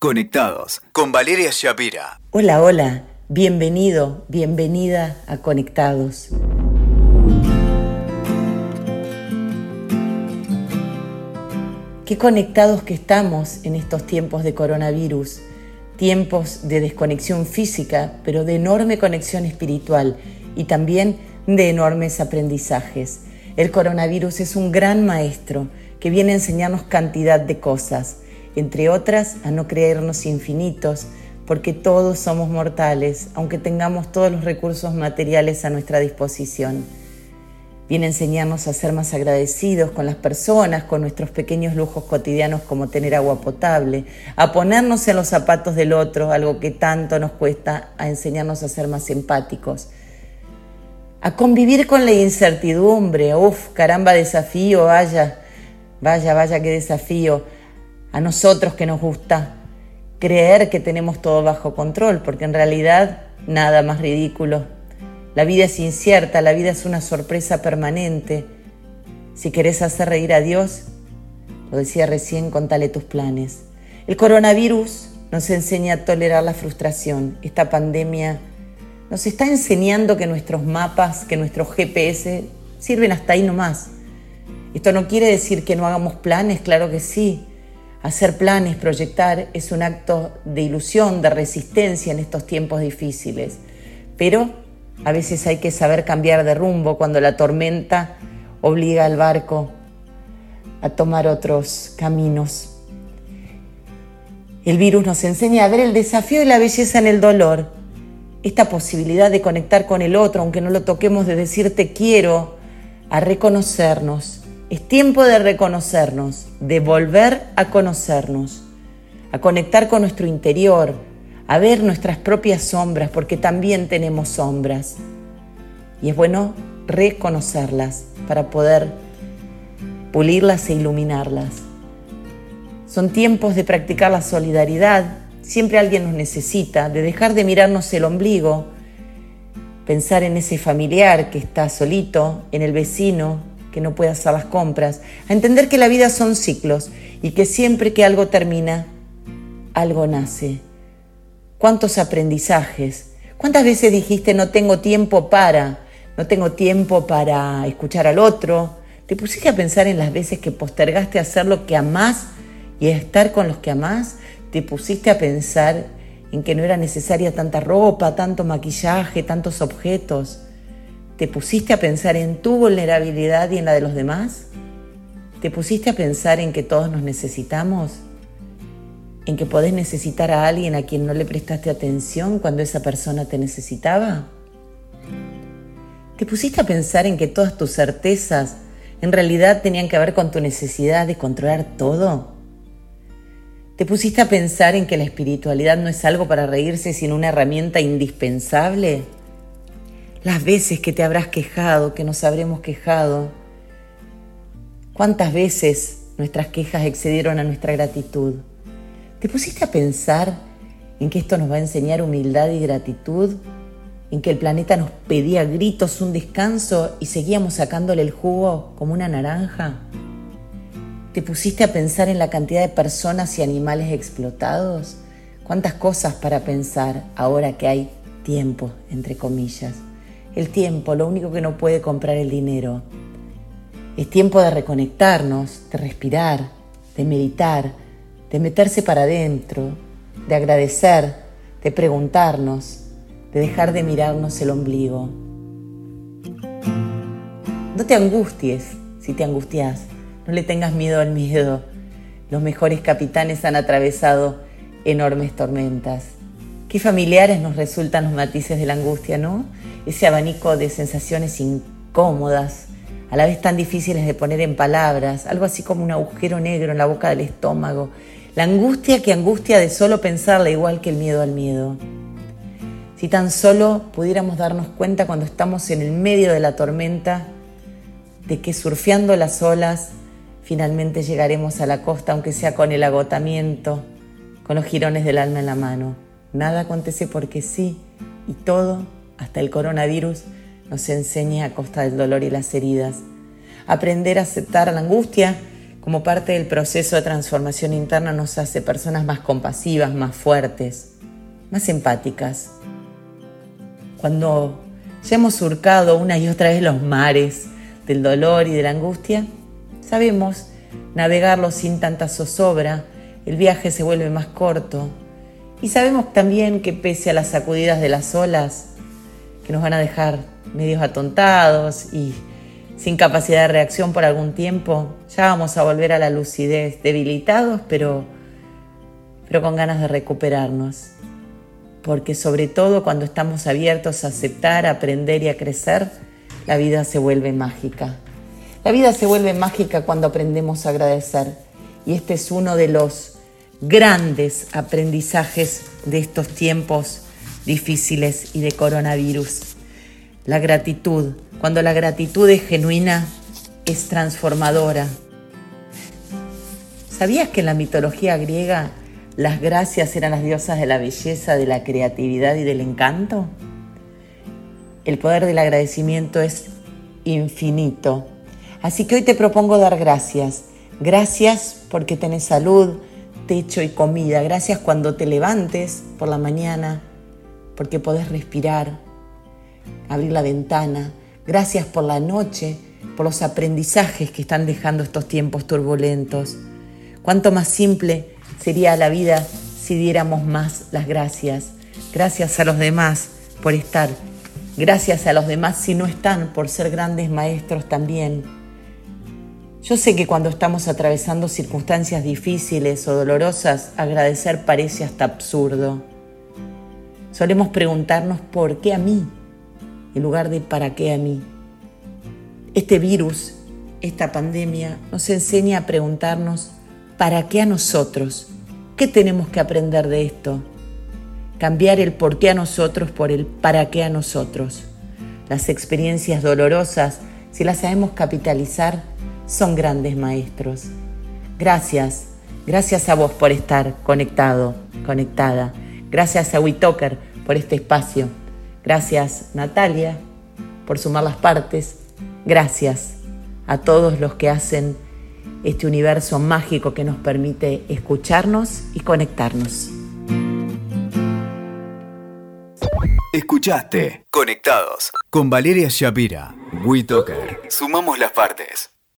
Conectados con Valeria Shapira. Hola, hola, bienvenido, bienvenida a Conectados. Qué conectados que estamos en estos tiempos de coronavirus, tiempos de desconexión física, pero de enorme conexión espiritual y también de enormes aprendizajes. El coronavirus es un gran maestro que viene a enseñarnos cantidad de cosas, entre otras a no creernos infinitos, porque todos somos mortales, aunque tengamos todos los recursos materiales a nuestra disposición. Viene a enseñarnos a ser más agradecidos con las personas, con nuestros pequeños lujos cotidianos como tener agua potable, a ponernos en los zapatos del otro, algo que tanto nos cuesta, a enseñarnos a ser más empáticos, a convivir con la incertidumbre. Caramba, desafío, vaya qué desafío. A nosotros que nos gusta creer que tenemos todo bajo control, porque en realidad nada más ridículo. La vida es incierta, la vida es una sorpresa permanente. Si querés hacer reír a Dios, lo decía recién, contale tus planes. El coronavirus nos enseña a tolerar la frustración. Esta pandemia nos está enseñando que nuestros mapas, que nuestros GPS sirven hasta ahí nomás. Esto no quiere decir que no hagamos planes, claro que sí. Hacer planes, proyectar, es un acto de ilusión, de resistencia en estos tiempos difíciles. Pero a veces hay que saber cambiar de rumbo cuando la tormenta obliga al barco a tomar otros caminos. El virus nos enseña a ver el desafío y la belleza en el dolor. Esta posibilidad de conectar con el otro, aunque no lo toquemos, de decir te quiero, a reconocernos. Es tiempo de reconocernos, de volver a conocernos, a conectar con nuestro interior, a ver nuestras propias sombras, porque también tenemos sombras. Y es bueno reconocerlas para poder pulirlas e iluminarlas. Son tiempos de practicar la solidaridad, siempre alguien nos necesita, de dejar de mirarnos el ombligo, pensar en ese familiar que está solito, en el vecino que no puede hacer las compras, a entender que la vida son ciclos y que siempre que algo termina, algo nace. ¿Cuántos aprendizajes? ¿Cuántas veces dijiste no tengo tiempo para escuchar al otro? ¿Te pusiste a pensar en las veces que postergaste hacer lo que amás y estar con los que amás? ¿Te pusiste a pensar en que no era necesaria tanta ropa, tanto maquillaje, tantos objetos? ¿Te pusiste a pensar en tu vulnerabilidad y en la de los demás? ¿Te pusiste a pensar en que todos nos necesitamos? ¿En que podés necesitar a alguien a quien no le prestaste atención cuando esa persona te necesitaba? ¿Te pusiste a pensar en que todas tus certezas en realidad tenían que ver con tu necesidad de controlar todo? ¿Te pusiste a pensar en que la espiritualidad no es algo para reírse, sino una herramienta indispensable? Las veces que te habrás quejado, que nos habremos quejado. ¿Cuántas veces nuestras quejas excedieron a nuestra gratitud? ¿Te pusiste a pensar en que esto nos va a enseñar humildad y gratitud? ¿En que el planeta nos pedía a gritos un descanso y seguíamos sacándole el jugo como una naranja? ¿Te pusiste a pensar en la cantidad de personas y animales explotados? ¿Cuántas cosas para pensar ahora que hay tiempo, entre comillas? El tiempo, lo único que no puede comprar el dinero. Es tiempo de reconectarnos, de respirar, de meditar, de meterse para adentro, de agradecer, de preguntarnos, de dejar de mirarnos el ombligo. No te angusties si te angustias, no le tengas miedo al miedo. Los mejores capitanes han atravesado enormes tormentas. Qué familiares nos resultan los matices de la angustia, ¿no? Ese abanico de sensaciones incómodas, a la vez tan difíciles de poner en palabras, algo así como un agujero negro en la boca del estómago. La angustia que angustia de solo pensarla, igual que el miedo al miedo. Si tan solo pudiéramos darnos cuenta cuando estamos en el medio de la tormenta, de que surfeando las olas, finalmente llegaremos a la costa, aunque sea con el agotamiento, con los jirones del alma en la mano. Nada acontece porque sí, y todo, hasta el coronavirus, nos enseña a costa del dolor y las heridas. Aprender a aceptar la angustia como parte del proceso de transformación interna, nos hace personas más compasivas, más fuertes, más empáticas. Cuando ya hemos surcado una y otra vez los mares del dolor y de la angustia, sabemos navegarlo sin tanta zozobra, el viaje se vuelve más corto y sabemos también que pese a las sacudidas de las olas, que nos van a dejar medios atontados y sin capacidad de reacción por algún tiempo, ya vamos a volver a la lucidez, debilitados, pero con ganas de recuperarnos. Porque sobre todo cuando estamos abiertos a aceptar, a aprender y a crecer, la vida se vuelve mágica. La vida se vuelve mágica cuando aprendemos a agradecer. Y este es uno de los grandes aprendizajes de estos tiempos difíciles y de coronavirus. La gratitud. Cuando la gratitud es genuina, es transformadora. ¿Sabías que en la mitología griega las gracias eran las diosas de la belleza, de la creatividad y del encanto? El poder del agradecimiento es infinito. Así que hoy te propongo dar gracias. Gracias porque tenés salud, techo y comida. Gracias cuando te levantes por la mañana, porque podés respirar, abrir la ventana. Gracias por la noche, por los aprendizajes que están dejando estos tiempos turbulentos. Cuánto más simple sería la vida si diéramos más las gracias. Gracias a los demás por estar. Gracias a los demás si no están, por ser grandes maestros también. Yo sé que cuando estamos atravesando circunstancias difíciles o dolorosas, agradecer parece hasta absurdo. Solemos preguntarnos ¿por qué a mí? En lugar de ¿para qué a mí? Este virus, esta pandemia, nos enseña a preguntarnos ¿para qué a nosotros? ¿Qué tenemos que aprender de esto? Cambiar el por qué a nosotros por el para qué a nosotros. Las experiencias dolorosas, si las sabemos capitalizar, son grandes maestros. Gracias a vos por estar conectado, conectada. Gracias a WeToker por este espacio. Gracias, Natalia, por sumar las partes. Gracias a todos los que hacen este universo mágico que nos permite escucharnos y conectarnos. Escuchaste Conectados con Valeria Shapira. WeToker. Sumamos las partes.